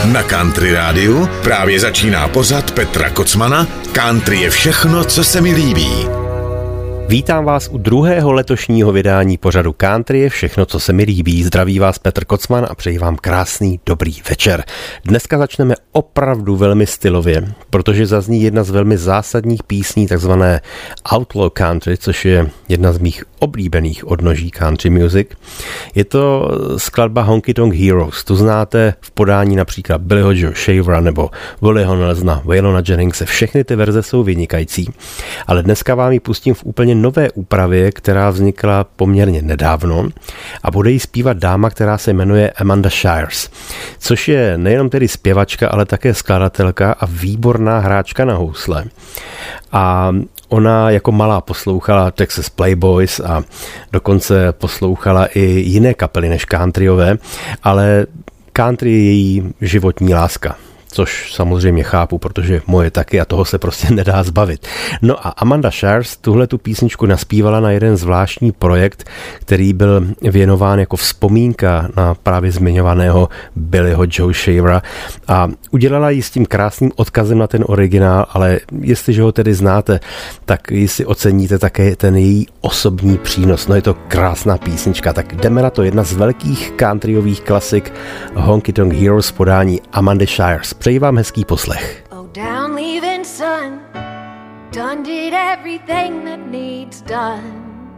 Na Country Rádiu právě začíná pořad Petra Kocmana Country je všechno, co se mi líbí. Vítám vás u druhého letošního vydání pořadu Country je všechno, co se mi líbí. Zdraví vás Petr Kocman a přeji vám krásný dobrý večer. Dneska začneme opravdu velmi stylově, protože zazní jedna z velmi zásadních písní, takzvané Outlaw Country, což je jedna z mých oblíbených odnoží country music. Je to skladba Honky Tonk Heroes. Tu znáte v podání například Billyho Joe Shavera nebo Williho Nelsona, Waylona Jenningse. Všechny ty verze jsou vynikající. Ale dneska vám ji pustím v úplně nové úpravě, která vznikla poměrně nedávno a bude jí zpívat dáma, která se jmenuje Amanda Shires, což je nejenom tedy zpěvačka, ale také skladatelka a výborná hráčka na housle. A ona jako malá poslouchala Texas Playboys a dokonce poslouchala i jiné kapely než countryové, ale country je její životní láska. Což samozřejmě chápu, protože moje taky a toho se prostě nedá zbavit. No a Amanda Shires tuhle tu písničku naspívala na jeden zvláštní projekt, který byl věnován jako vzpomínka na právě zmiňovaného Billyho Joe Shavera a udělala ji s tím krásným odkazem na ten originál, ale jestliže ho tedy znáte, tak ji si oceníte také ten její osobní přínos. No je to krásná písnička, tak jdeme na to. Jedna z velkých countryových klasik Honky Tonk Heroes v podání Amandy Shires. Přeji vám hezký poslech. Oh, down leaving sun, done did everything that needs done.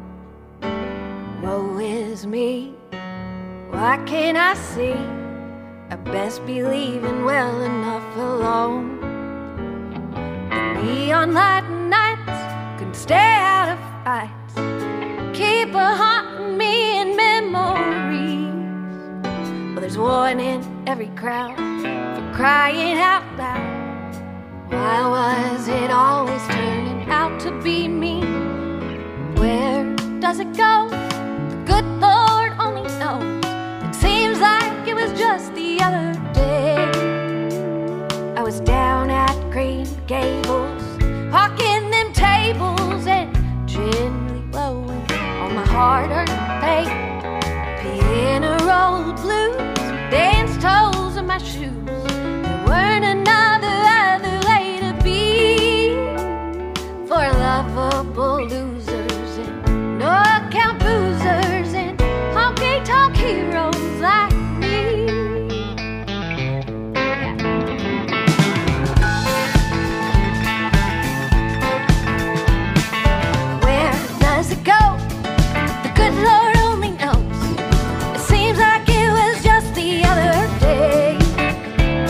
Woe is me, why can't I see? I best be leaving well enough alone. The neon light nights can stay out of fights, keep a haunting me in memories. Well, there's one in every crowd for crying out loud. Why was it always turning out to be me? Where does it go? The good Lord only knows. It seems like it was just the other day. I was down at Green Gables, hawking them tables and gently blowing on my hard-earned pay. Piano roll blues, dance toes in my shoes. There weren't another other way to be for lovable losers and no account boozers and honky-tonk heroes like me. Where does it go? The good Lord only knows. It seems like it was just the other day.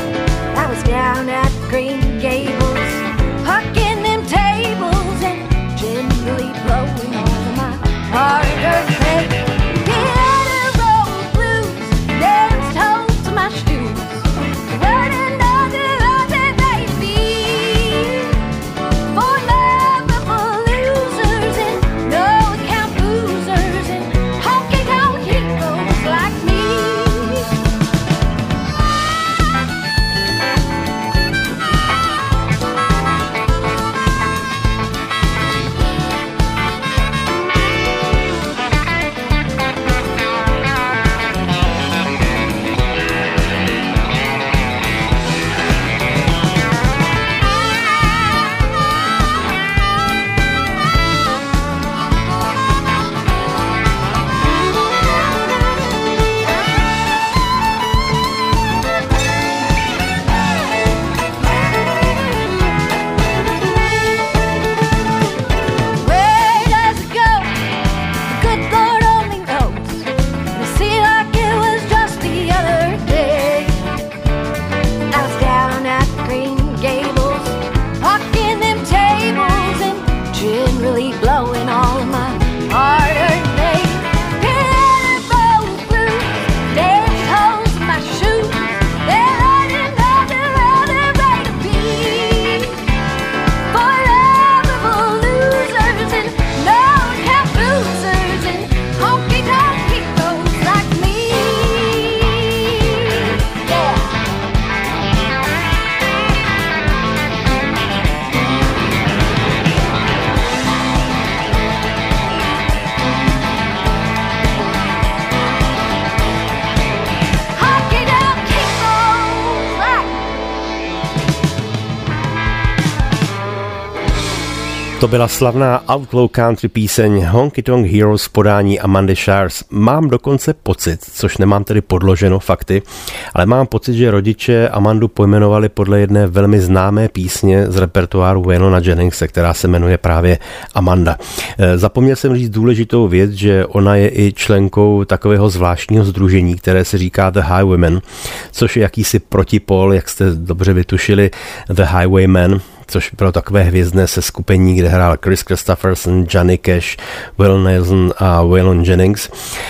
To byla slavná outlaw country píseň Honky Tonk Heroes v podání Amandy Shires. Mám dokonce pocit, což nemám tedy podloženo fakty, ale mám pocit, že rodiče Amandu pojmenovali podle jedné velmi známé písně z repertoáru Waylona Jenningse, která se jmenuje právě Amanda. Zapomněl jsem říct důležitou věc, že ona je i členkou takového zvláštního sdružení, které se říká The Highwaymen, což je jakýsi protipol, jak jste dobře vytušili, The Highwaymen, což bylo takové hvězdné seskupení, kde hrál Chris Christopherson, Johnny Cash, Will Nelson a Waylon Jennings.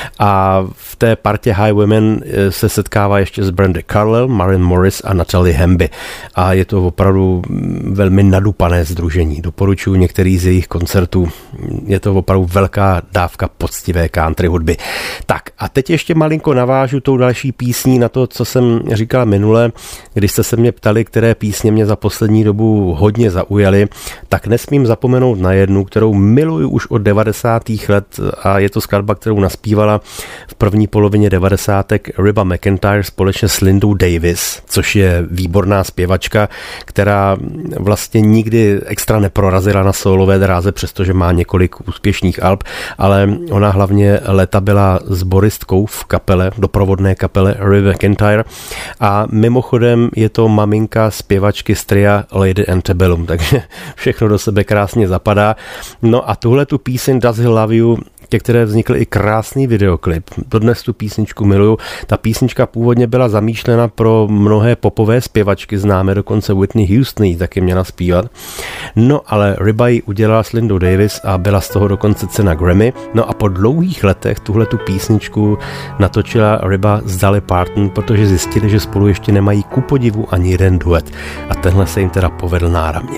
A v té partě Highwaymen se setkává ještě s Brandy Carlile, Maren Morris a Natalie Hemby. A je to opravdu velmi nadupané sdružení. Doporučuji některý z jejich koncertů. Je to opravdu velká dávka poctivé country hudby. Tak a teď ještě malinko navážu tou další písní na to, co jsem říkal minule, když jste se mě ptali, které písně mě za poslední dobu hodně zaujaly, tak nesmím zapomenout na jednu, kterou miluju už od 90. let a je to skladba, kterou naspívala v první polovině 90. Reba McEntire společně s Lindou Davis, což je výborná zpěvačka, která vlastně nikdy extra neprorazila na solové dráze, přestože má několik úspěšných alb, ale ona hlavně léta byla sboristkou v kapele, doprovodné kapele Reba McEntire a mimochodem je to maminka zpěvačky z tria Lady Antebellum, takže všechno do sebe krásně zapadá. No a tuhle tu píseň Does He Love You, ke které vznikl i krásný videoklip. Dodnes tu písničku miluju. Ta písnička původně byla zamýšlena pro mnohé popové zpěvačky, známe dokonce Whitney Houston ji taky měla zpívat. No ale Reba ji udělala s Lindou Davis a byla z toho dokonce cena Grammy. No a po dlouhých letech tuhle tu písničku natočila Reba s Dolly Parton, protože zjistili, že spolu ještě nemají ku podivu ani jeden duet. A tenhle se jim teda povedl náramně.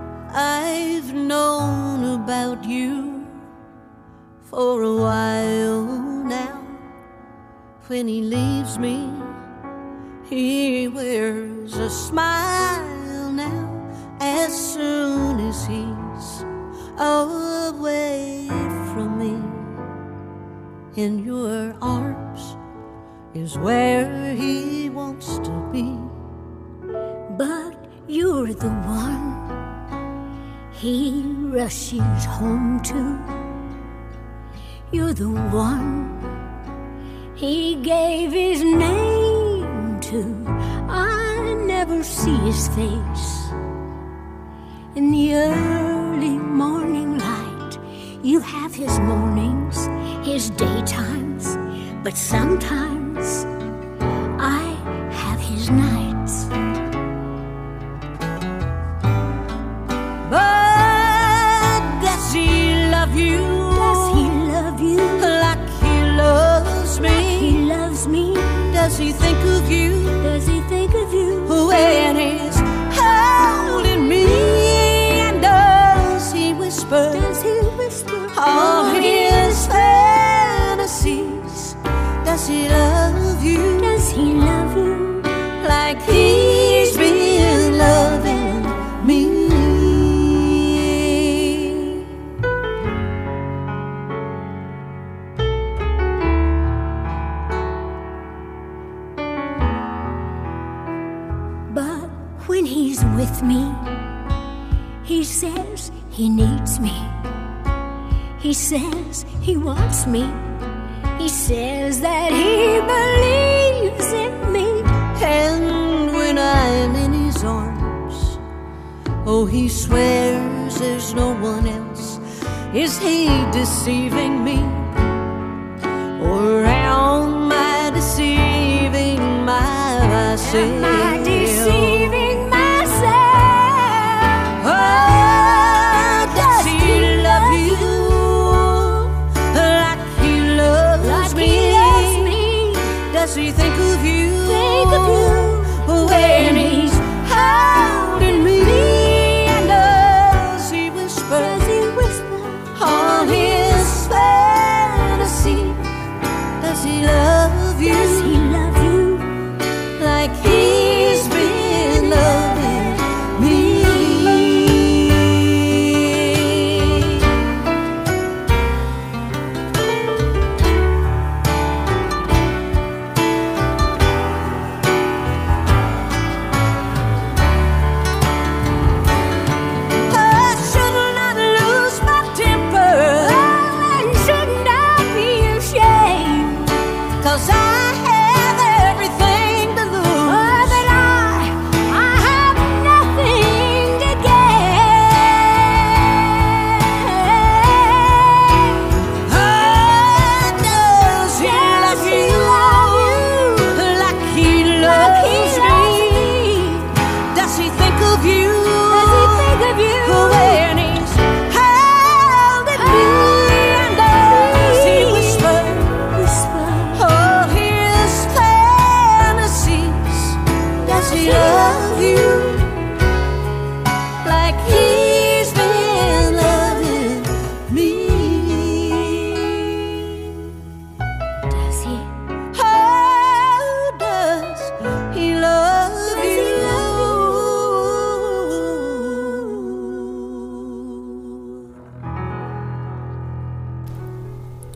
I've known about you for a while now. When he leaves me, he wears a smile now. As soon as he's away from me, in your arms is where he wants to be. But you're the one he rushes home to. You're the one he gave his name to. I never see his face in the early morning light. You have his mornings, his daytimes, but sometimes I have his nights. But does he love you? Does he love you like he loves me? like he loves me? Does he think of you Does he think of you when he's holding me? And does he whisper all his fantasies? Does he love you? Does he love you like he's been loving me? But when he's with me, he says he needs me. He says he wants me. He says that he believes in me. And when I'm in his arms, oh, he swears there's no one else. Is he deceiving me? Or am I deceiving myself? Am I deceiving myself? Oh, does he love you like he loves Like me? he loves me. Does he think of you? Think of you when he's holding me? And does he whisper Does he whisper all his fantasy? Does he love you Does he love you like he's been loving me? I should not lose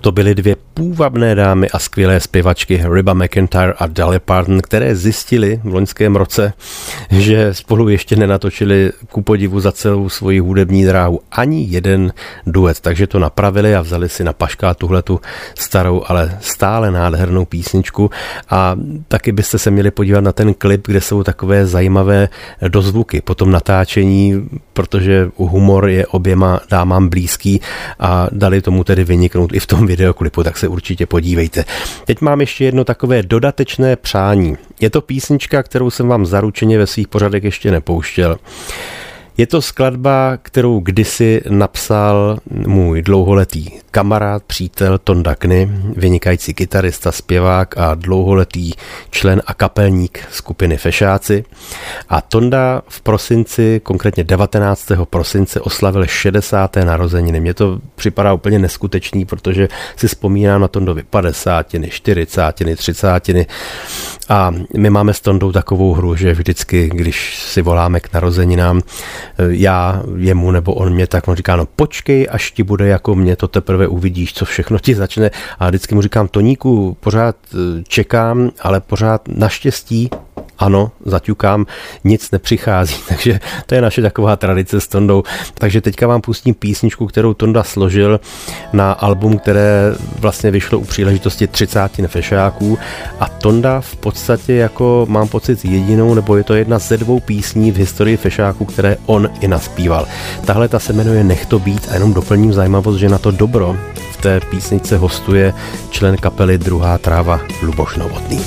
To byly dvě půvabné dámy a skvělé zpěvačky Reba McEntire a Dolly Parton, které zjistili v loňském roce, že spolu ještě nenatočili ku podivu za celou svoji hudební dráhu ani jeden duet, takže to napravili a vzali si na paška tuhletu starou, ale stále nádhernou písničku. A taky byste se měli podívat na ten klip, kde jsou takové zajímavé dozvuky po tom natáčení, protože humor je oběma dámám blízký a dali tomu tedy vyniknout i v tom videoklipu, tak se určitě podívejte. Teď mám ještě jedno takové dodatečné přání. Je to písnička, kterou jsem vám zaručeně ve svých pořadech ještě nepouštěl. Je to skladba, kterou kdysi napsal můj dlouholetý kamarád, přítel Tonda Kny, vynikající kytarista, zpěvák a dlouholetý člen a kapelník skupiny Fešáci. A Tonda v prosinci, konkrétně 19. prosince, oslavil 60. narozeniny. Mně to připadá úplně neskutečný, protože si vzpomínám na Tondovi 50, 40, 30. A my máme s Tondou takovou hru, že vždycky, když si voláme k narozeninám, já jemu nebo on mě, tak on říká, no počkej, až ti bude jako mě, to teprve uvidíš, co všechno ti začne. A vždycky mu říkám, Toníku, pořád čekám, ale pořád naštěstí, ano, zaťukám, nic nepřichází, takže to je naše taková tradice s Tondou. Takže teďka vám pustím písničku, kterou Tonda složil na album, které vlastně vyšlo u příležitosti 30. Fešáků a Tonda v podstatě jako mám pocit jedinou, nebo je to jedna ze dvou písní v historii Fešáků, které on i naspíval. Tahle ta se jmenuje Nech to být a jenom doplním zajímavost, že na to dobro v té písničce hostuje člen kapely Druhá tráva Luboš Novotný.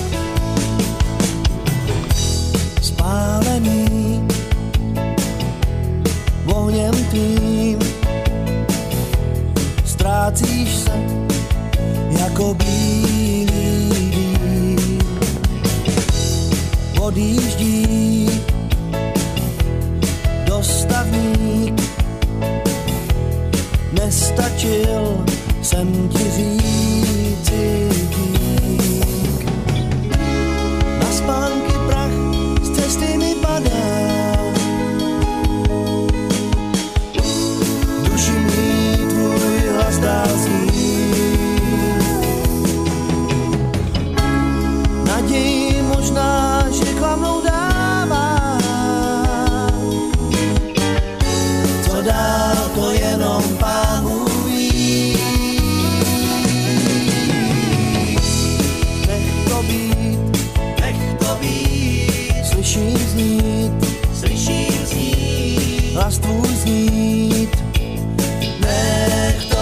Ohněm tvým ztrácíš se jako bílý dým. Odjíždí dostavník, nestačil jsem ti říci dík. Na spánky prach z cesty mi padá, zdá znít. Naději možná, že klamnou dává. Co dál, to jenom Pán Bůh ví. Nech to být, slyším znít, hlas tvůj znít. Nech to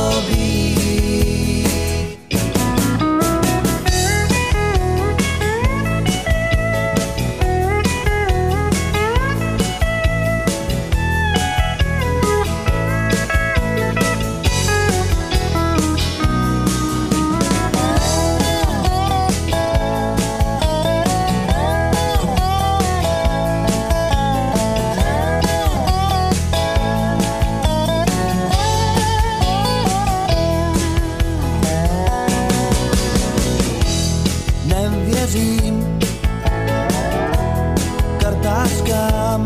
kartářkám,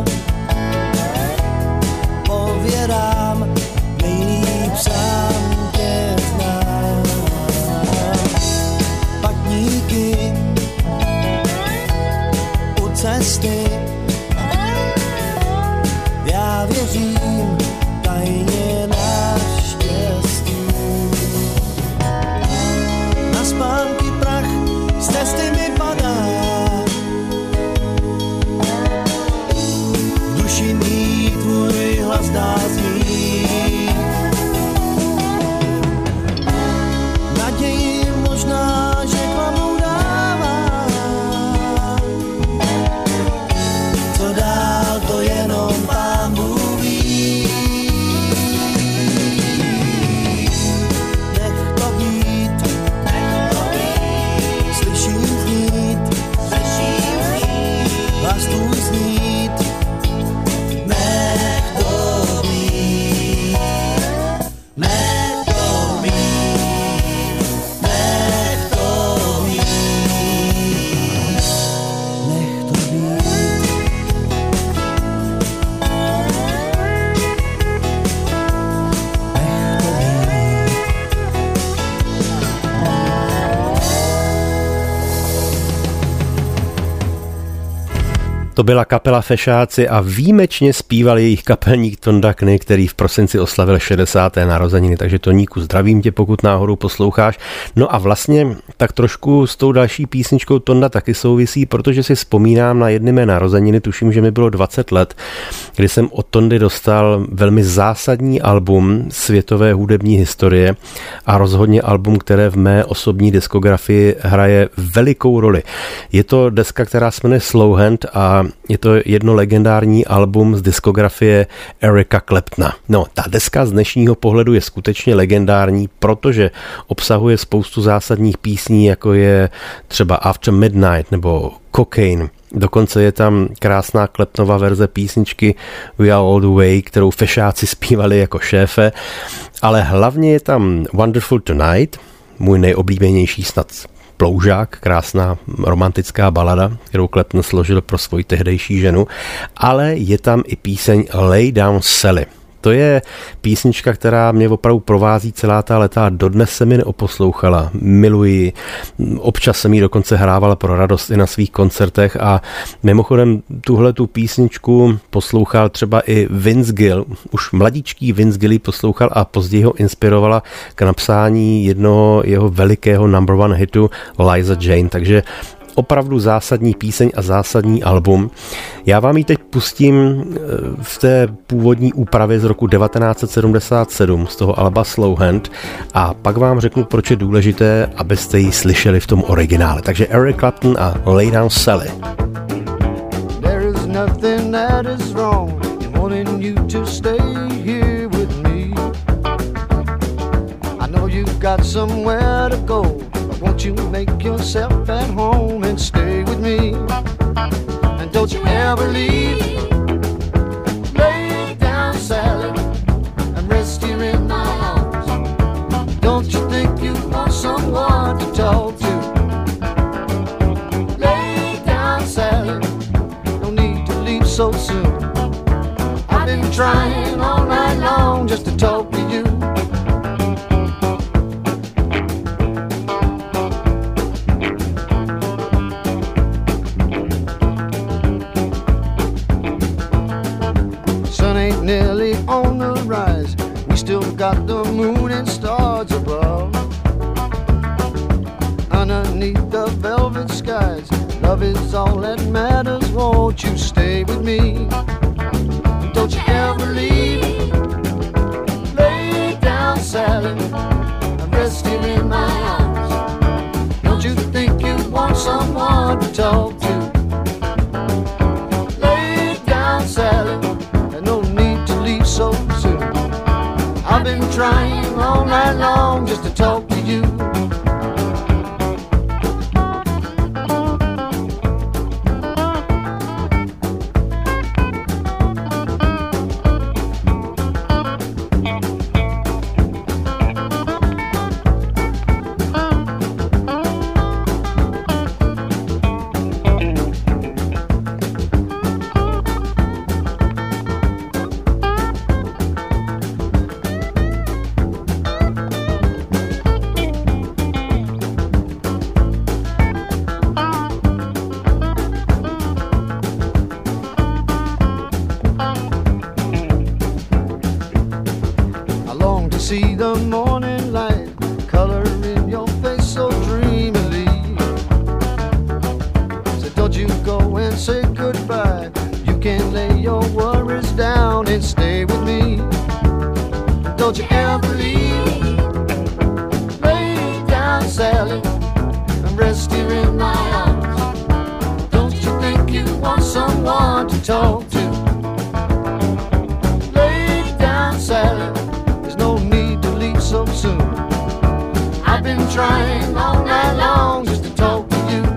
pověrám, nejlíp sám tě znám. Patníky u cesty, já věřím tajně na štěstí. Na spánky prach z cesty mi padá, mý tvůj hlas dá znít. Naději možná, že klamou dává. To byla kapela Fešáci a výjimečně zpíval jejich kapelník Tonda Kny, který v prosinci oslavil 60. narozeniny, takže Toníku, zdravím tě, pokud náhodou posloucháš. No a vlastně tak trošku s tou další písničkou Tonda taky souvisí, protože si vzpomínám na jedny mé narozeniny, tuším, že mi bylo 20 let, kdy jsem od Tondy dostal velmi zásadní album světové hudební historie a rozhodně album, které v mé osobní diskografii hraje velikou roli. Je to deska, která se jmenuje Slowhand a je to jedno legendární album z diskografie Erica Claptona. No, ta deska z dnešního pohledu je skutečně legendární, protože obsahuje spoustu zásadních písní, jako je třeba After Midnight nebo Cocaine. Dokonce je tam krásná Claptonova verze písničky We Are All The Way, kterou Fešáci zpívali jako šéfe, ale hlavně je tam Wonderful Tonight, můj nejoblíbenější snad ploužák, krásná romantická balada, kterou Clapton složil pro svoji tehdejší ženu, ale je tam i píseň Lay Down Sally. To je písnička, která mě opravdu provází celá ta léta, dodnes se mi neoposlouchala, miluji, občas jsem ji dokonce hrávala pro radost i na svých koncertech a mimochodem tuhle tu písničku poslouchal třeba i Vince Gill, už mladíčký Vince Gill poslouchal a později ho inspirovala k napsání jednoho jeho velikého number one hitu Liza Jane, takže opravdu zásadní píseň a zásadní album. Já vám ji teď pustím v té původní úpravě z roku 1977 z toho alba Slowhand a pak vám řeknu, proč je důležité, abyste ji slyšeli v tom originále. Takže Eric Clapton a Lay Down Sally. There is nothing that is wrong in wanting you to stay here with me. I know you've got somewhere to go. Won't you make yourself at home and stay with me? And don't you ever leave. Lay down, Sally, and rest here in my arms. Don't you think you want someone to talk to? Lay down, Sally, no need to leave so soon. I've been trying all night long just to talk to you. Nearly on the rise, we still got the moon and stars above. Underneath the velvet skies, love is all that matters. Won't you stay with me? Don't you ever leave. Lay down, Sally, and rest here in my arms. Don't you think you want someone to talk to? Lay down, Sally, so soon. I've been trying all night long just to talk to you. See the morning light, color in your face so dreamily. So don't you go and say goodbye. You can lay your worries down and stay with me. Don't you ever leave. Lay down, Sally, and rest here in my arms. Don't you think you want someone to talk to? Lay down, Sally, so soon. I've been trying all night long just to talk to you.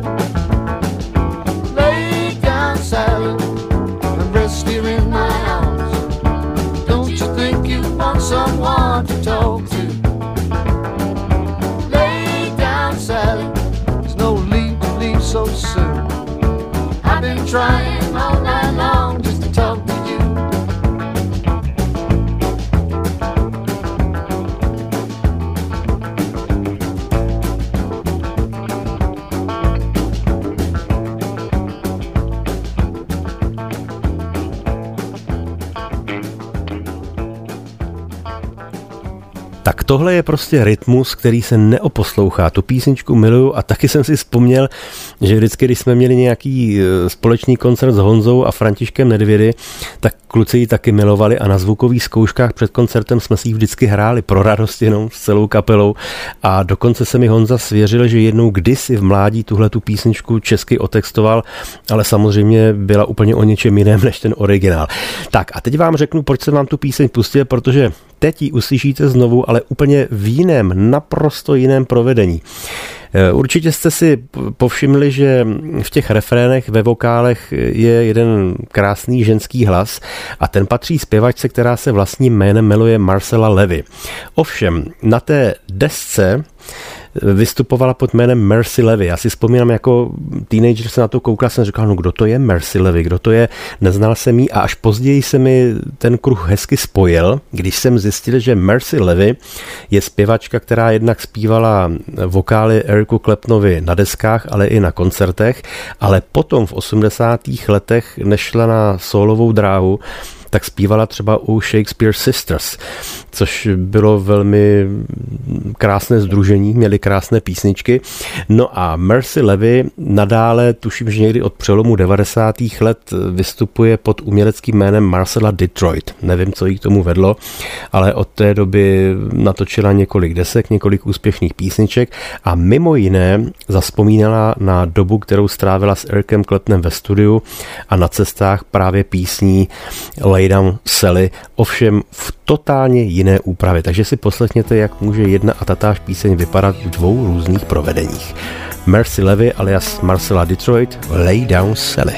Lay down, Sally, and rest here in my arms. Don't you think you want someone to talk to? Lay down, Sally, there's no need to leave so soon. I've been trying all night long just to talk to you. tohle je prostě rytmus, který se neoposlouchá. Tu písničku miluju a taky jsem si vzpomněl, že vždycky, když jsme měli nějaký společný koncert s Honzou a Františkem Nedvědy, tak kluci ji taky milovali a na zvukových zkouškách před koncertem jsme si ji vždycky hráli pro radost jenom s celou kapelou a dokonce se mi Honza svěřil, že jednou kdysi v mládí tuhletu písničku česky otextoval, ale samozřejmě byla úplně o něčem jiném než ten originál. Tak a teď vám řeknu, proč jsem vám tu píseň pustil, protože teď ji uslyšíte znovu, ale úplně v jiném, naprosto jiném provedení. Určitě jste si povšimli, že v těch refrénech ve vokálech je jeden krásný ženský hlas a ten patří zpěvačce, která se vlastním jménem jmenuje Marcella Levy. Ovšem, na té desce vystupovala pod jménem Mercy Levy. Já si vzpomínám, jako teenager se na to koukal, jsem říkal, no kdo to je Mercy Levy, kdo to je, neznal jsem jí a až později se mi ten kruh hezky spojil, když jsem zjistil, že Mercy Levy je zpěvačka, která jednak zpívala vokály Ericu Claptonovi na deskách, ale i na koncertech, ale potom v 80. letech nešla na sólovou dráhu, tak zpívala třeba u Shakespeare Sisters, což bylo velmi krásné sdružení, měli krásné písničky. No a Mercy Levy nadále, tuším, že někdy od přelomu 90. let vystupuje pod uměleckým jménem Marcella Detroit. Nevím, co jí k tomu vedlo, ale od té doby natočila několik desek, několik úspěšných písniček a mimo jiné zavzpomínala na dobu, kterou strávila s Ericem Claptonem ve studiu a na cestách právě písní Lay Down Sally, ovšem v totálně jiné úpravě. Takže si poslechněte, jak může jedna a tatáž píseň vypadat v dvou různých provedeních. Mercy Levy alias Marcella Detroit, Lay Down Sally.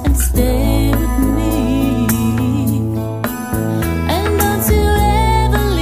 And don't you ever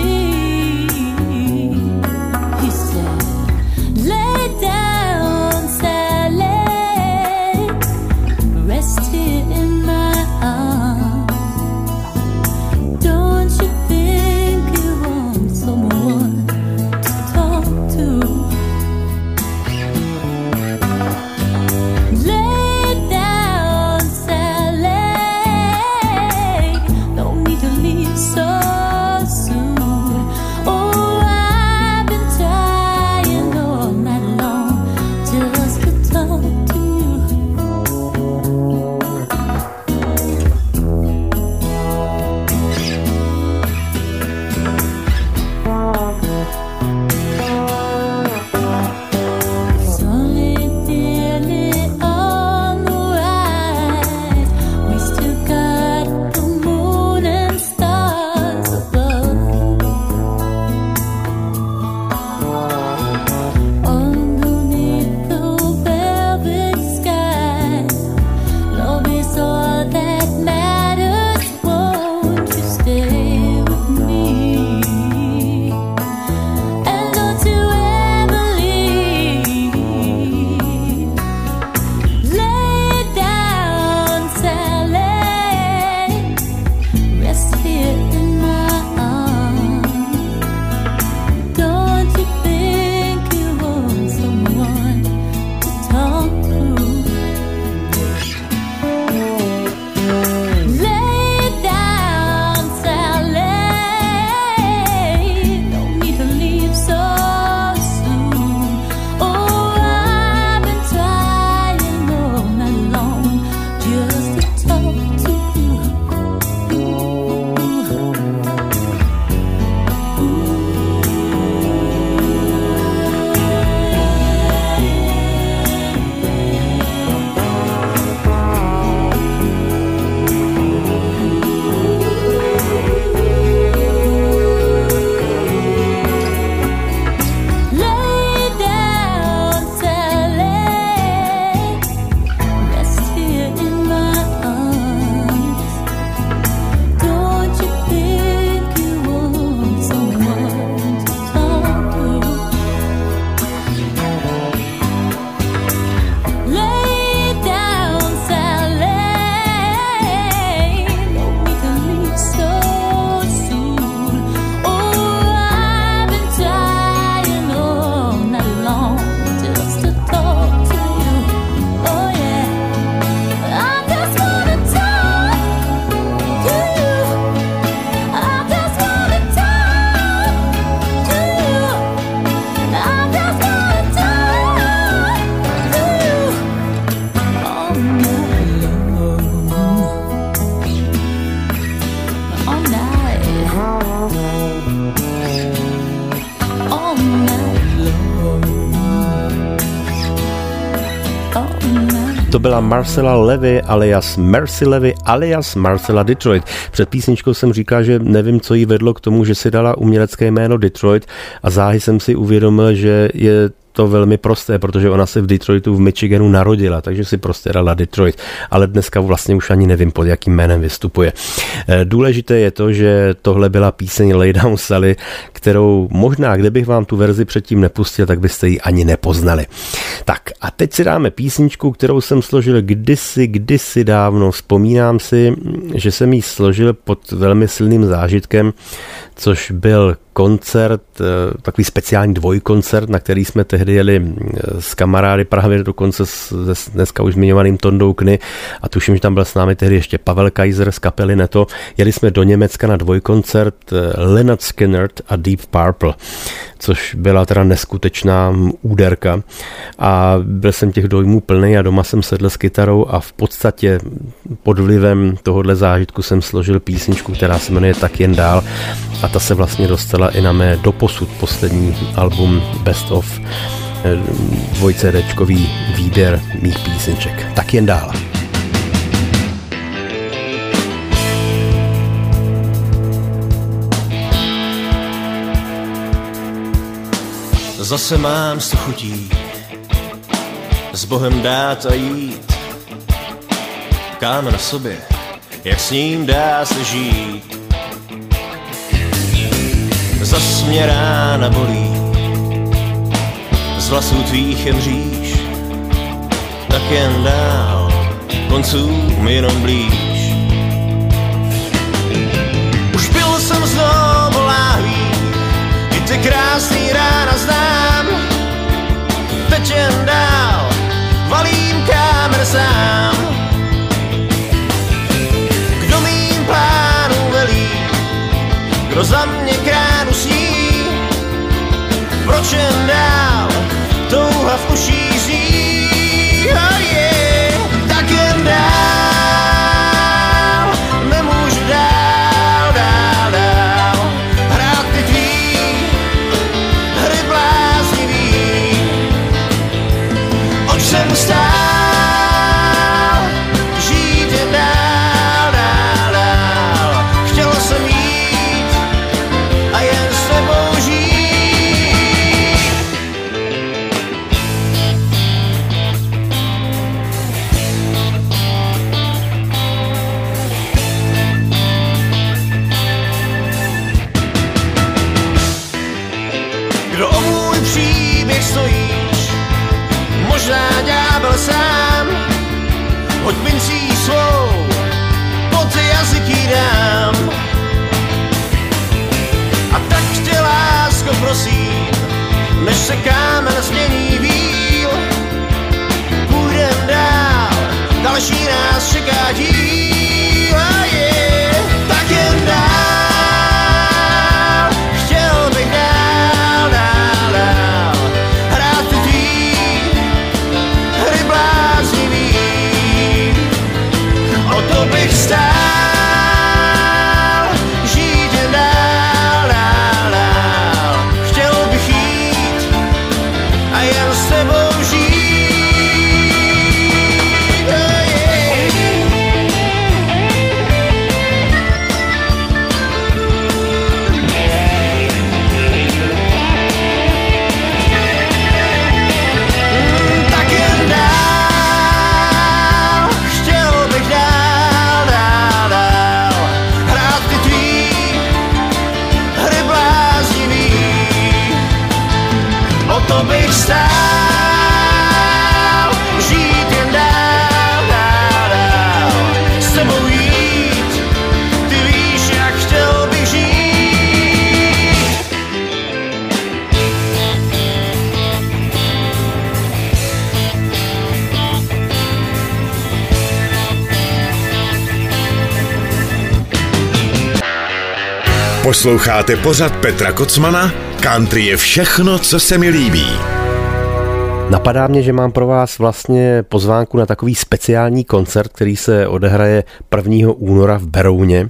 To byla Marcella Levy alias Mercy Levy alias Marcella Detroit. Před písničkou jsem říkal, že nevím, co jí vedlo k tomu, že si dala umělecké jméno Detroit a záhy jsem si uvědomil, že je to velmi prosté, protože ona se v Detroitu v Michiganu narodila, takže si prostě dala Detroit, ale dneska vlastně už ani nevím, pod jakým jménem vystupuje. Důležité je to, že tohle byla píseň Lay Down Sally, kterou možná, kdybych vám tu verzi předtím nepustil, tak byste ji ani nepoznali. Tak a teď si dáme písničku, kterou jsem složil kdysi dávno. Vzpomínám si, že jsem ji složil pod velmi silným zážitkem, což byl koncert, takový speciální dvojkoncert, na který jsme tehdy jeli s kamarády právě dokonce s dneska už zmiňovaným Tondou Kny a tuším, že tam byl s námi tehdy ještě Pavel Kaiser z kapely Neto. Jeli jsme do Německa na dvojkoncert Lynyrd Skynyrd a Deep Purple, což byla teda neskutečná úderka a byl jsem těch dojmů plný a doma jsem sedl s kytarou a v podstatě pod vlivem tohohle zážitku jsem složil písničku, která se jmenuje Tak jen dál a ta se vlastně dostala i na mé doposud poslední album Best of 2CD výběr mých písniček. Tak jen dál. Zase mám sto chutí s Bohem dát a jít, kámen v sobě, jak s ním dá se žít. Zas mě rána bolí, z vlasů tvých jen mříž, tak jen dál, koncům jenom blíž. Už byl jsem znovu láhvý, i ty krásný rána znám, teď jen dál, valím kámen sám. Kdo mým plánům velí, kdo za mě kránu sní, proč jen dál, touha v uších zní, oh yeah. Tak jen dál, nemůžu dál, hrát ty tvý hry bláznivý. Oč jsem stál, žít jen dál, chtěl jsem jít a jen s tebou žít. Kdo o můj příběh stojíš, možná ďábel sám, hoď mincí svou, pod jazyky dám. A tak tě, lásko, prosím, než se kámen změní víl, půjdem dál, další nás čeká díl, oh yeah. Tak jen dál, chtěl bych dál, hrát ty tvý hry bláznivý, o to bych stál, žít jen dál, chtěl bych jít a jen s tebou žít, oh yeah. Tak jen dál, chtěl bych dál, hrát ty tvý hry bláznivý, o to bych stál, žít jen dál, s tebou jít, ty víš, jak chtěl bych žít. Posloucháte pořad Petra Kocmana? Country je všechno, co se mi líbí. Napadá mě, že mám pro vás vlastně pozvánku na takový speciální koncert, který se odehraje 1. února v Berouně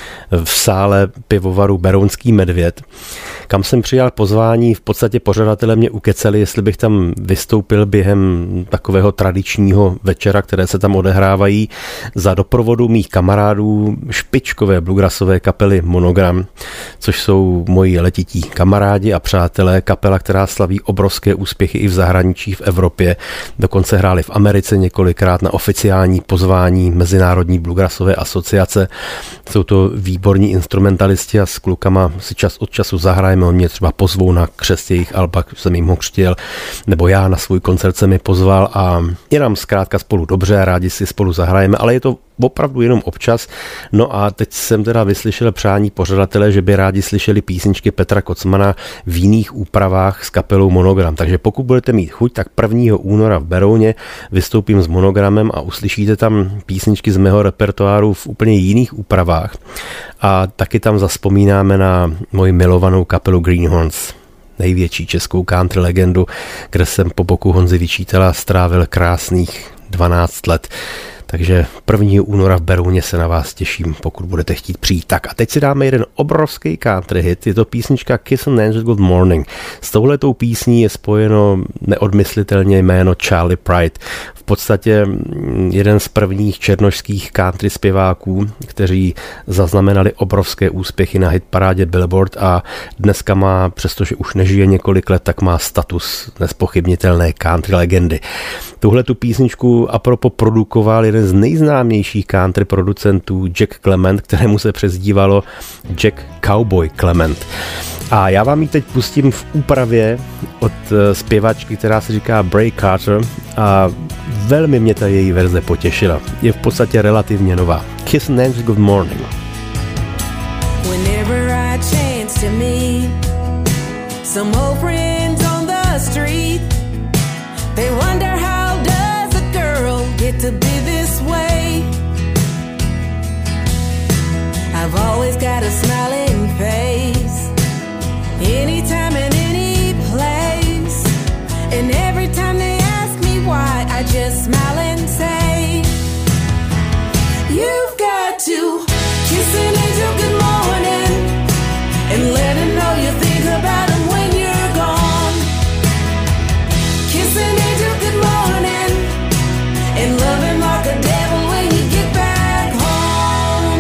v sále pivovaru Berounský medvěd, kam jsem přijal pozvání. V podstatě pořadatelé mě ukeceli, jestli bych tam vystoupil během takového tradičního večera, které se tam odehrávají, za doprovodu mých kamarádů špičkové bluegrassové kapely Monogram, což jsou moji letití kamarádi a přátelé, kapela, která slaví obrovské úspěchy i v zahraničí, v Evropě. Dokonce hráli v Americe několikrát na oficiální pozvání Mezinárodní bluegrassové asociace. Jsou to výborní instrumentalisti a s klukama si čas od času zahrajeme. Oni mě třeba pozvou na křest jejich alba, jsem jim ho křtil, nebo já na svůj koncert jsem mi pozval a je nám zkrátka spolu dobře a rádi si spolu zahrajeme, ale je to opravdu jenom občas. No a teď jsem teda vyslyšel přání pořadatele, že by rádi slyšeli písničky Petra Kocmana v jiných úpravách s kapelou Monogram. Takže pokud budete mít chuť, tak 1. února v Berouně vystoupím s Monogramem a uslyšíte tam písničky z mého repertoáru v úplně jiných úpravách. A taky tam zazpomínáme na moji milovanou kapelu Greenhorns, největší českou country legendu, kde jsem po boku Honzy Vyčítala strávil krásných 12 let. Takže 1. února v Berouně se na vás těším, pokud budete chtít přijít. Tak a teď si dáme jeden obrovský country hit, je to písnička Kiss an Angel Good Morning. S touhletou písní je spojeno neodmyslitelně jméno Charlie Pride. V podstatě jeden z prvních černošských country zpěváků, kteří zaznamenali obrovské úspěchy na hitparádě Billboard a dneska má, přestože už nežije několik let, tak má status nespochybnitelné country legendy. Tuhletu písničku apropo produkoval jeden z nejznámějších country producentů Jack Clement, kterému se přezdívalo Jack Cowboy Clement. A já vám ji teď pustím v úpravě od zpěvačky, která se říká Bray Carter a velmi mě ta její verze potěšila. Je v podstatě relativně nová. Kiss an Angel Good Morning. Whenever I chance to meet some old friends on the street, they wonder how does a girl get to be this way. I've always got a smiling face, anytime and any place, and every time they ask me why, I just smile and say, you've got to kiss an angel good morning and let him know you think about him when you're gone. Kiss an angel good morning and love him like a devil when you get back home.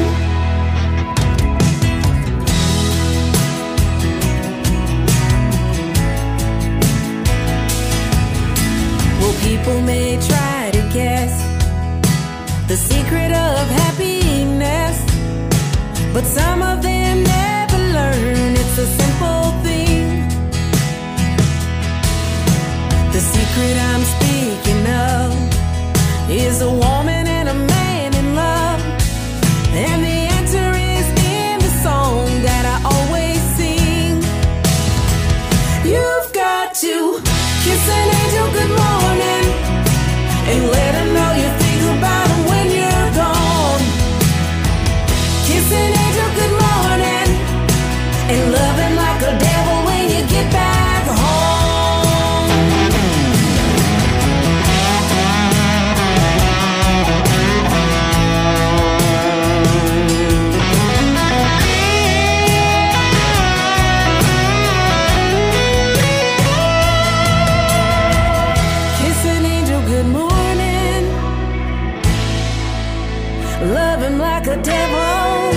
Well, people may try to guess the secret of happiness, but some of them never learn it's a simple thing. The secret I'm speaking of is a woman and a man in love, and the answer is in the song that I always sing. You've got to kiss an angel good morning and let him know you think about him when you're gone. Kiss an angel good morning and love him like a devil when you get back home. Kiss an angel good morning, love him like a devil.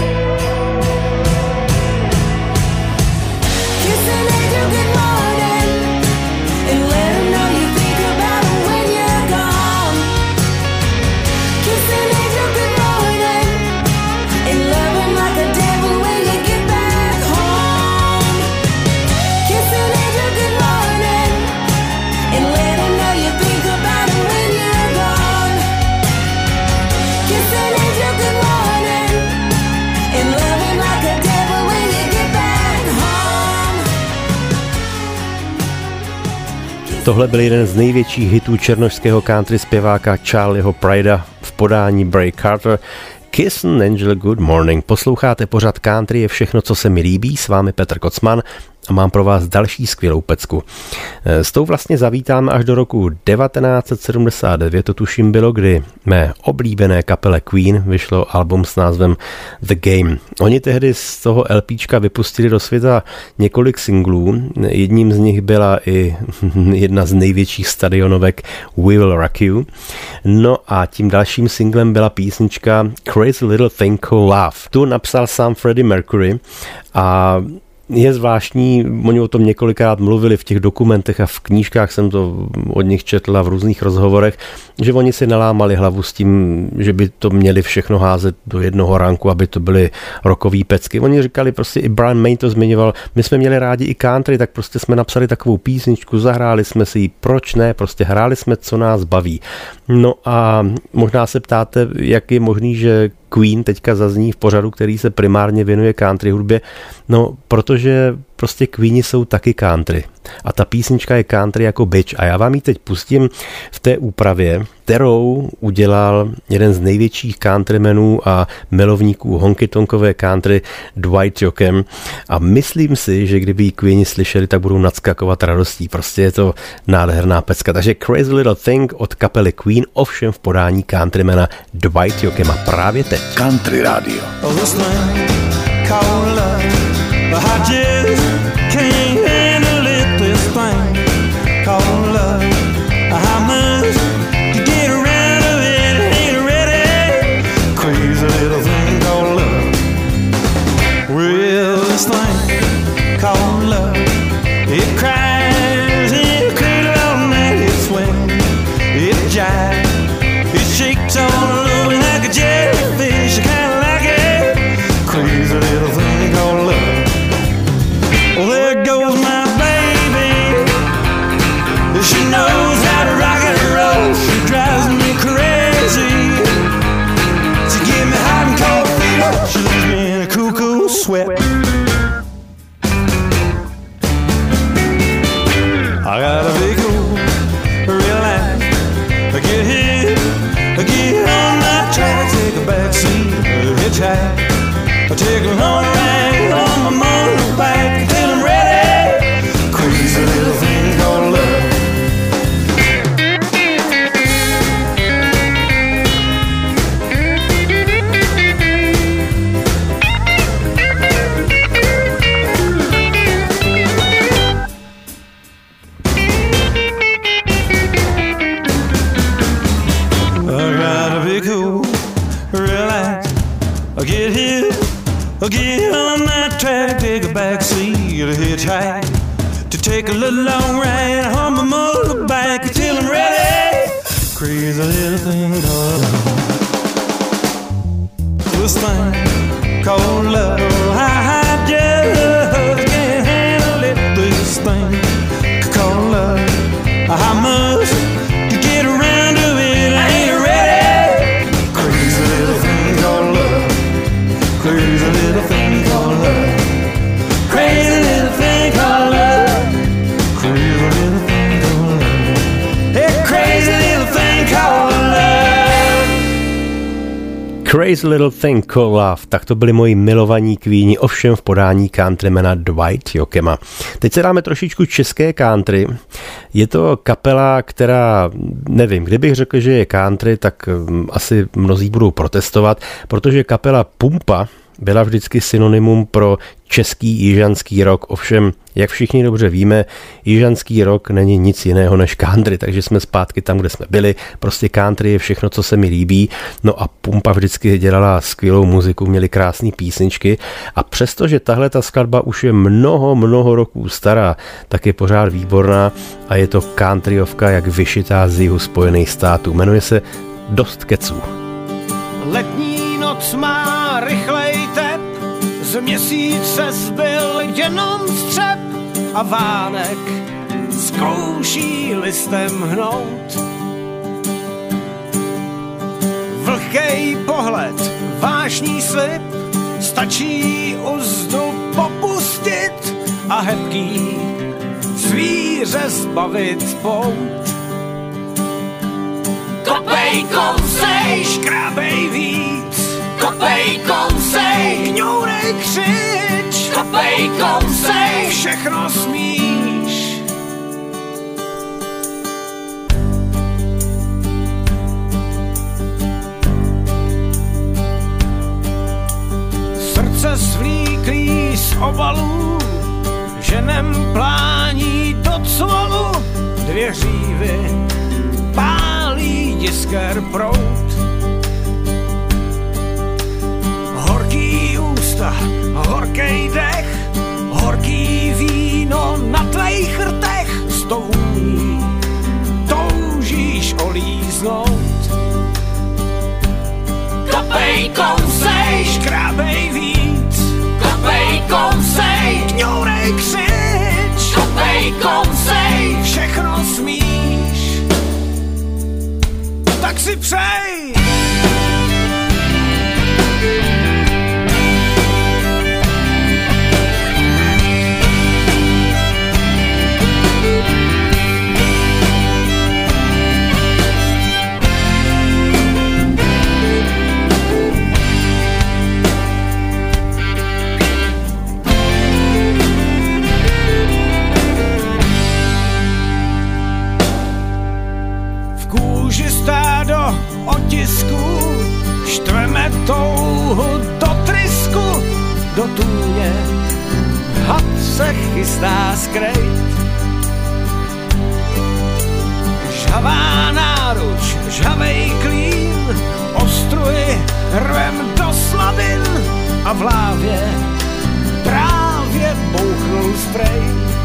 Kiss an angel good morning and let him know you think about him when you're gone. Kiss an angel good morning and love him like a devil when you get back home. Kiss an angel good morning and let him know you think about him when you're gone. Kiss an angel good morning and love him like a devil when you get back home. Tohle byl jeden z největších hitů černošského country zpěváka Charlieho Pridea v podání Bray Carter. Kiss an Angel Good Morning. Posloucháte pořad Country je všechno, co se mi líbí. S vámi Petr Kocman a mám pro vás další skvělou pecku. S tou vlastně zavítáme až do roku 1979, to tuším bylo, kdy mé oblíbené kapele Queen vyšlo album s názvem The Game. Oni tehdy z toho LPčka vypustili do světa několik singlů, jedním z nich byla i jedna z největších stadionovek We Will Rock You. No a tím dalším singlem byla písnička Crazy Little Thing Called Love. Tu napsal sám Freddie Mercury a je zvláštní, oni o tom několikrát mluvili v těch dokumentech a v knížkách jsem to od nich četla v různých rozhovorech, že oni si nalámali hlavu s tím, že by to měli všechno házet do jednoho ranku, aby to byly rockový pecky. Oni říkali prostě, i Brian May to zmiňoval, my jsme měli rádi i country, tak prostě jsme napsali takovou písničku, zahráli jsme si ji, proč ne, prostě hráli jsme, co nás baví. No a možná se ptáte, jak je možný, že Queen teďka zazní v pořadu, který se primárně věnuje country hudbě. No, protože prostě Queeni jsou taky country. A ta písnička je country jako bitch. A já vám ji teď pustím v té úpravě, kterou udělal jeden z největších countrymenů a milovníků honky-tonkové country Dwight Yoakam. A myslím si, že kdyby ji Queeni slyšeli, tak budou nadskakovat radostí. Prostě je to nádherná pecka. Takže Crazy Little Thing od kapely Queen, ovšem v podání countrymana Dwight Yoakama právě teď. Country Radio. I just can't handle it, this thing called love. I must get around of it, ain't ready. Crazy little thing called love. Well, this thing called love, it cries in a cradle all night, it swings, it jives, it shakes all over like a jellyfish. I kinda like it. Crazy little thing called love. Well, there goes my baby. She knows how to rock and roll. She drives me crazy. She gives me hot and cold fever. She leaves me in a cool, cool sweat. I gotta be cool, relax, get hit, get on my track, take a back seat, hitchhike, take a long ride on my motorbike till I'm ready. Crazy little thing called love. Get here, get on that track, take a back seat, a hitchhike, to take a little long ride on my motorbike till I'm ready. Crazy little thing called love. This thing called love, I just can't handle it. This thing called love, I must get around to it, I ain't ready. Crazy little thing called love. Crazy little thing called love. Crazy little thing called love. Crazy little thing called love. Hey, crazy little thing called love. Crazy Little Thing Called Love, tak to byli moji milovaní Queeni, ovšem v podání countrymana Dwight Yoakama. Teď se dáme trošičku české country. Je to kapela, která, nevím, kdybych řekl, že je country, tak asi mnozí budou protestovat, protože kapela Pumpa byla vždycky synonymum pro český jižanský rock. Ovšem, jak všichni dobře víme, jižanský rock není nic jiného než country, takže jsme zpátky tam, kde jsme byli. Prostě country je všechno, co se mi líbí. No a Pumpa vždycky dělala skvělou muziku, měli krásné písničky a přestože tahle ta skladba už je mnoho roků stará, tak je pořád výborná a je to countryovka jak vyšitá z jihu Spojených států. Jmenuje se Dost keců. Letní noc má rychlej tep, z měsíce zbyl jenom střep a vánek zkouší listem hnout. Vlhkej pohled, vášní slib, stačí uzdu popustit a hebký zvíře zbavit pout. Kopej, kousej, škrábej víc, kopej, kousej, kňourej, křič, Kopej, kousej, všechno smíš. Srdce svlíklý z obalů, ženem plání do cvalu, dvě řívy pálí disker prout. Horký ústa, horkej dech, horký víno na tvých rtech, s tou vůní toužíš olíznout. Kopej, kousej, škrábej víc, kopej, kousej, kňourej, křič, kopej, kousej, všechno smíš, tak si přej. Do otisku, štveme touhu do trysku, do tůně had se chystá skrejt. Žhavá náruč, žhavej klín, ostruji rvem do slabin a v lávě právě bouchnul sprej.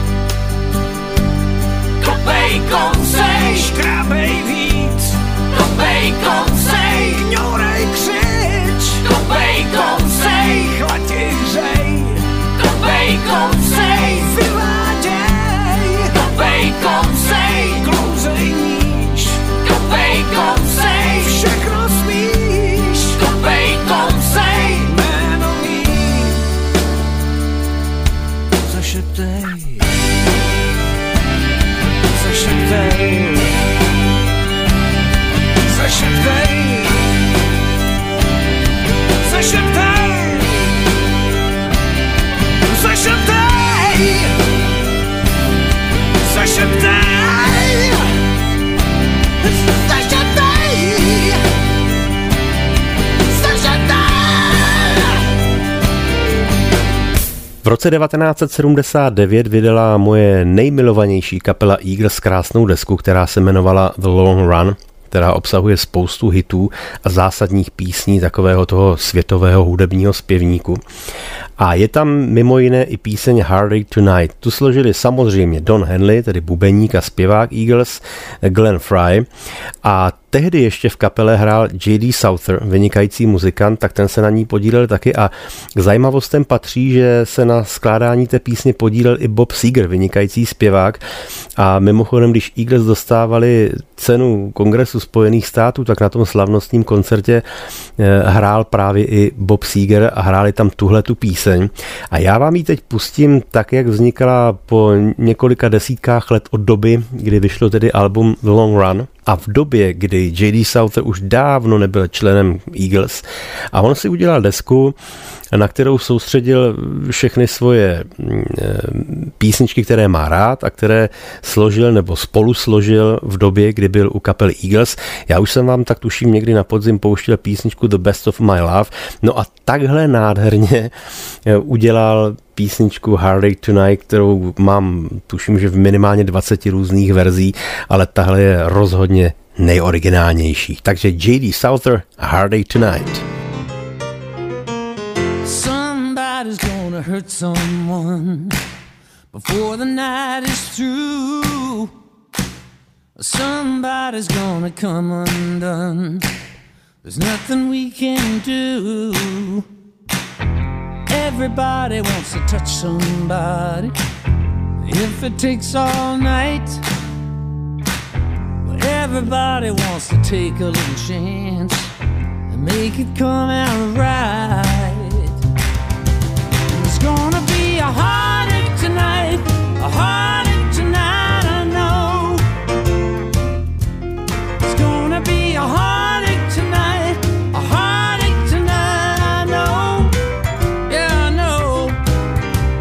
Kopej, kousej, škrábej víc, kopej, kousej, kňourej, křič, kopej, kousej, chlati hřej, kopej, kousej, vyváděj, kopej, kousej, klouzej níž, kopej, kousej, všechno smíš, kopej, kousej, jméno mý, zašeptej, zašeptej. Zašeptej, zašeptej, zašeptej, zašeptej, zašeptej, zašeptej. V roce 1979 vydala moje nejmilovanější kapela Eagles krásnou desku, která se jmenovala The Long Run, která obsahuje spoustu hitů a zásadních písní takového toho světového hudebního zpěvníku. A je tam mimo jiné i píseň Heartache Tonight. Tu složili samozřejmě Don Henley, tedy bubeník a zpěvák Eagles, Glenn Frey, a tehdy ještě v kapele hrál J.D. Souther, vynikající muzikant, tak ten se na ní podílel taky a k zajímavostem patří, že se na skládání té písně podílel i Bob Seger, vynikající zpěvák. A mimochodem, když Eagles dostávali cenu Kongresu Spojených států, tak na tom slavnostním koncertě hrál právě i Bob Seger a hráli tam tuhletu píseň. A já vám ji teď pustím tak, jak vznikala po několika desítkách let od doby, kdy vyšlo tedy album The Long Run. A v době, kdy J.D. Souther už dávno nebyl členem Eagles a on si udělal desku, na kterou soustředil všechny svoje písničky, které má rád a které složil nebo spolu složil v době, kdy byl u kapely Eagles. Já už jsem vám tak tuším někdy na podzim pouštěl písničku The Best of My Love. No a takhle nádherně udělal písničku Heartache Tonight, kterou mám, tuším, že v minimálně 20 různých verzí, ale tahle je rozhodně nejoriginálnější. Takže J.D. Souther, Heartache Tonight. Somebody's gonna hurt someone before the night is through. Somebody's gonna come undone. There's nothing we can do. Everybody wants to touch somebody, if it takes all night. But everybody wants to take a little chance and make it come out right. There's gonna be a heartache tonight, a heartache tonight, I know. It's gonna be a heartache tonight, a heartache tonight, I know. Yeah, I know.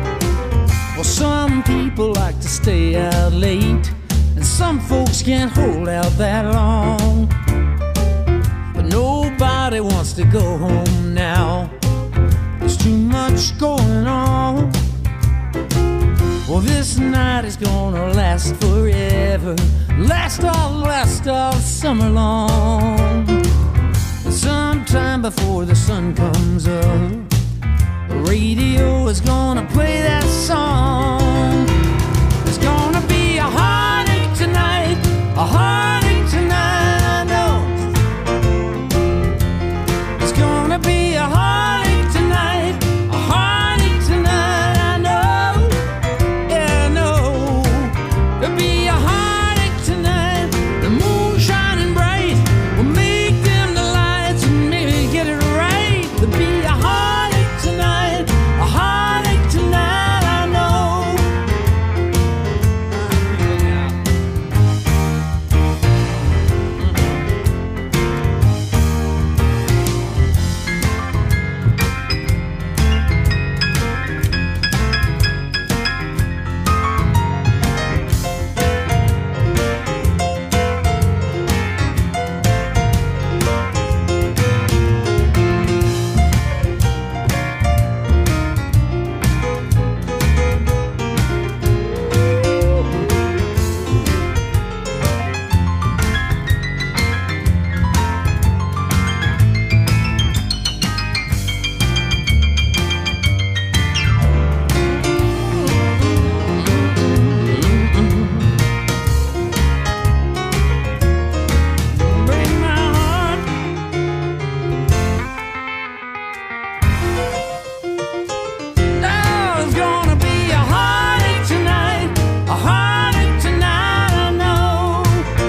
people like to stay out late, and some folks can't hold out that long. But nobody wants to go home now. There's too much going on. Well, this night is gonna last forever, last all summer long. Sometime before the sun comes up, the radio is gonna play that song. There's gonna be a heartache tonight, a heartache tonight, I know. There's gonna be a heartache tonight, a heartache tonight, I know. Yeah, I know. There'll be a heartache tonight, the moon shining bright will make them the lights and maybe get it right. There'll be a heartache tonight, a heartache tonight, I know. Break my heart. Now there's gonna be a heartache tonight, a heartache tonight, I know.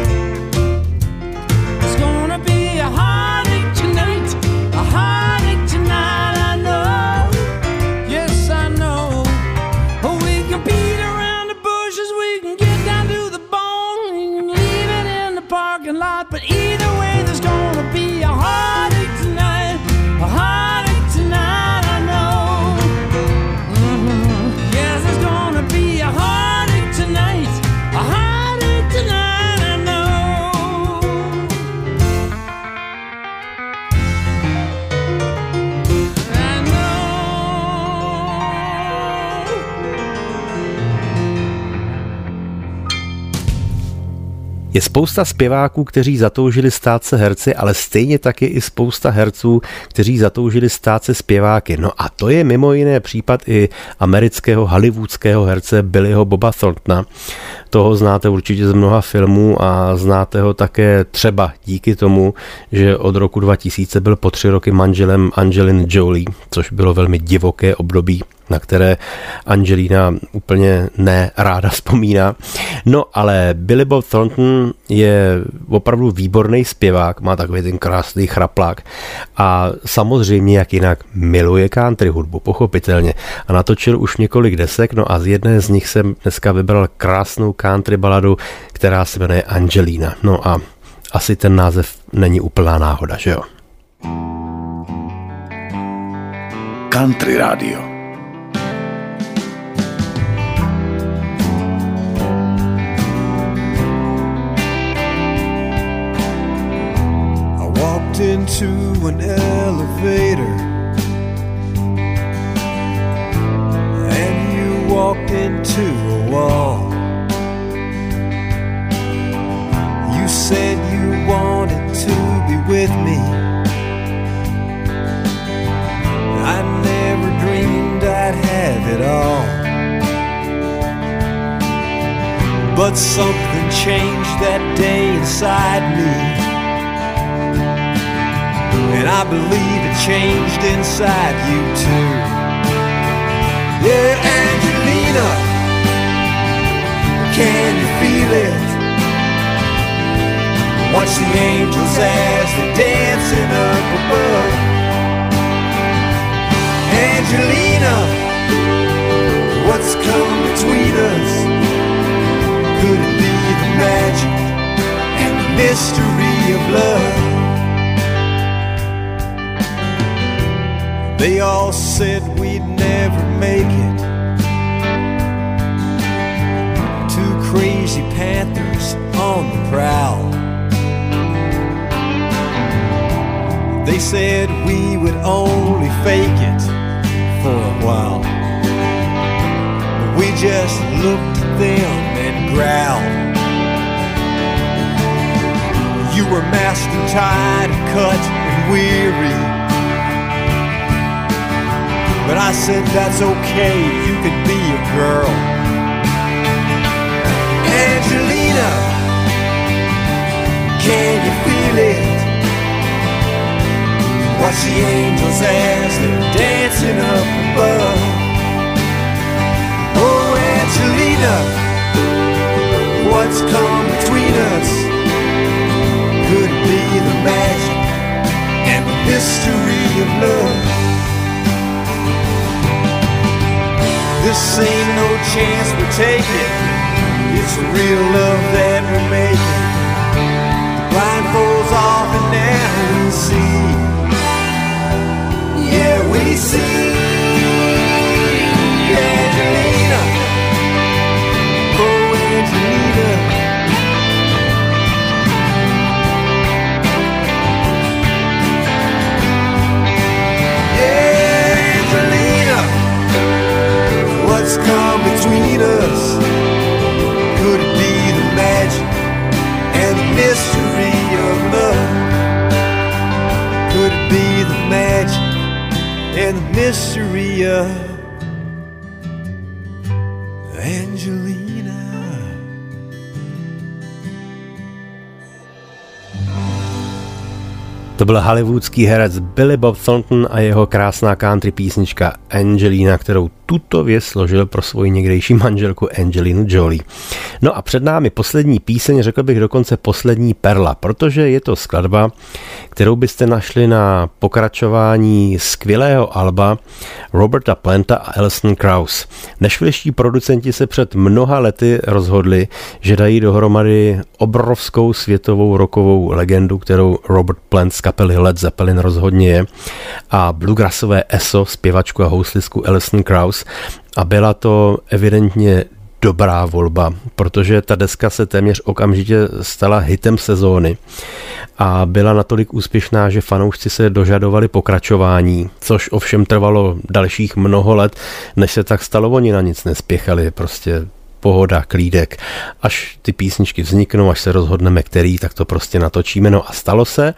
There's gonna be a heartache tonight, a heartache tonight, I know. Yes, I know. Oh, we can beat around the bushes, we can get down to the bone, we can leave it in the parking lot, but either way, there's gonna be a heartache tonight, a heartache tonight, I know. Yes, there's gonna be a heartache tonight, a heartache tonight, I know. I know. Je spousta zpěváků, kteří zatoužili stát se herci, ale stejně tak je i spousta herců, kteří zatoužili stát se zpěváky. No a to je mimo jiné případ i amerického hollywoodského herce Billyho Boba Thorntona. Toho znáte určitě z mnoha filmů a znáte ho také třeba díky tomu, že od roku 2000 byl po 3 roky manželem Angeliny Jolie, což bylo velmi divoké období, na které Angelina úplně ráda vzpomíná. No ale Billy Bob Thornton je opravdu výborný zpěvák, má takový ten krásný chraplák a samozřejmě jak jinak miluje country hudbu, pochopitelně. A natočil už několik desek, no a z jedné z nich jsem dneska vybral krásnou country baladu, která se jmenuje Angelina. No a asi ten název není úplná náhoda, že jo? Country Radio. Walked into an elevator and you walked into a wall. You said you wanted to be with me. I never dreamed I'd have it all, but something changed that day inside me. And I believe it changed inside you too. Yeah, Angelina, can you feel it? Watch the angels as they're dancing up above. Angelina, what's come between us? Could it be the magic and the mystery of love? They all said we'd never make it, crazy panthers on the prowl. They said we would only fake it for a while, but we just looked at them and growled. You were masked and tied and cut and weary, but I said that's okay, you could be a girl. Angelina, can you feel it? Watch the angels as they're dancing up above. Oh, Angelina, what's come between us? Could it be the magic and the mystery of love? This ain't no chance we're taking, it's real love that we're making. Blindfolds off and now we see. Yeah, we see Angelina. Oh, Angelina. Yeah, Angelina. What's come between us? Could it be the magic and the mystery of love? Could it be the magic and the mystery of Angelina? To byl hollywoodský herec Billy Bob Thornton a jeho krásná country písnička Angelina, kterou tutově složil pro svoji někdejší manželku Angelinu Jolie. No a před námi poslední píseň, řekl bych dokonce poslední perla, protože je to skladba, kterou byste našli na pokračování skvělého alba Roberta Planta a Alison Krauss. Nashvillští producenti se před mnoha lety rozhodli, že dají dohromady obrovskou světovou rockovou legendu, kterou Robert Plant z kapely Led Zeppelin rozhodně je, a bluegrassové eso, zpěvačku a houslistku Alison Krauss, a byla to evidentně dobrá volba, protože ta deska se téměř okamžitě stala hitem sezóny a byla natolik úspěšná, že fanoušci se dožadovali pokračování, což ovšem trvalo dalších mnoho let, než se tak stalo, oni na nic nespěchali, prostě pohoda, klídek. Až ty písničky vzniknou, až se rozhodneme který, tak to prostě natočíme. No a stalo se.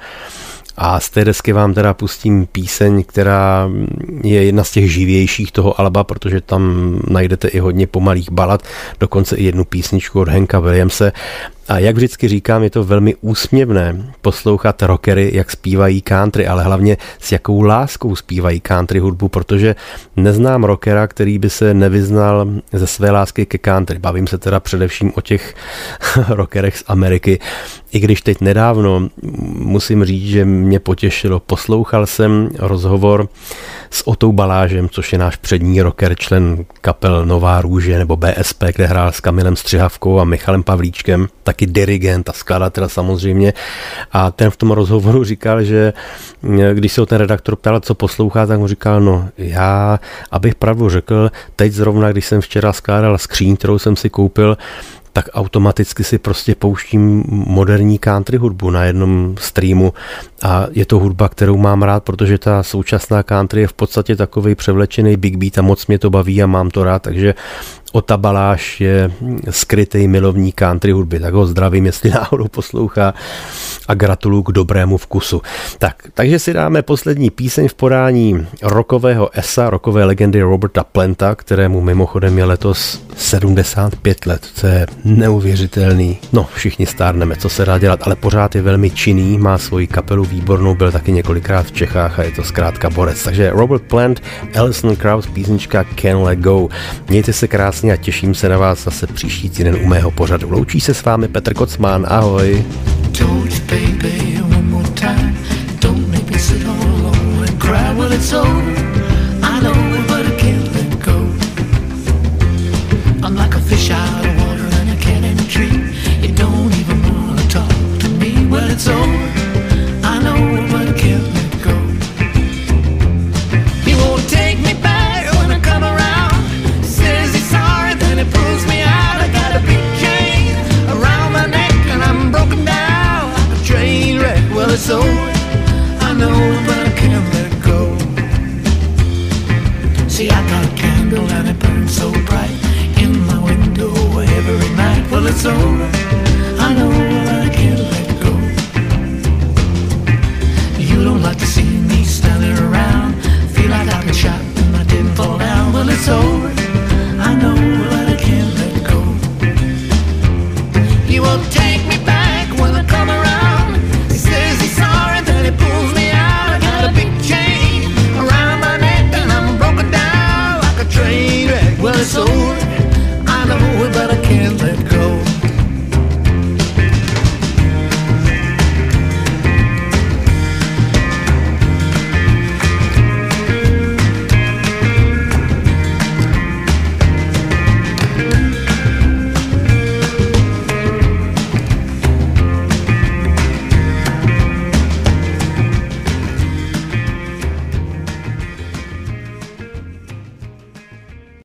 A z té desky vám teda pustím píseň, která je jedna z těch živějších toho alba, protože tam najdete i hodně pomalých balad, dokonce i jednu písničku od Hanka Williamse. A jak vždycky říkám, je to velmi úsměvné poslouchat rockery, jak zpívají country, ale hlavně s jakou láskou zpívají country hudbu, protože neznám rockera, který by se nevyznal ze své lásky ke country. Bavím se teda především o těch rockerech z Ameriky. I když teď nedávno musím říct, že mě potěšilo. Poslouchal jsem rozhovor s Otou Balážem, což je náš přední rocker, člen kapel Nová růže nebo BSP, kde hrál s Kamilem Střihavkou a Michalem Pavlíčkem, taky dirigent a skladatel samozřejmě. A ten v tom rozhovoru říkal, že když se ho ten redaktor ptal, co poslouchá, tak mu říkal, no já, abych pravdu řekl, teď zrovna, když jsem včera skládal skříň, kterou jsem si koupil, tak automaticky si prostě pouštím moderní country hudbu na jednom streamu a je to hudba, kterou mám rád, protože ta současná country je v podstatě takovej převlečený big beat a moc mě to baví a mám to rád, takže Ota Baláš je skrytej milovník country hudby, tak ho zdravím, jestli náhodou poslouchá, a gratuluju k dobrému vkusu. Takže si dáme poslední píseň v podání rockového esa, rockové legendy Roberta Planta, kterému mimochodem je letos 75 let, co je neuvěřitelný. No, všichni stárneme, co se dá dělat, ale pořád je velmi činný, má svoji kapelu výbornou, byl taky několikrát v Čechách a je to zkrátka borec. Takže Robert Plant, Alison Krauss, písnička Can't Let Go. Mějte se krásně a těším se na vás zase příští týden u mého pořadu. Loučí se s vámi Petr Kocman, ahoj. Baby, one more time. Don't make me sit all alone and cry when it's over. I know it, but I can't let go. I'm like a fish out of water and a cat in a tree. You don't even wanna talk to me when it's over. I know it, but I can't let go. He won't take me back when I come around. Says he's sorry, then he pulls me out. I got a big chain it's over.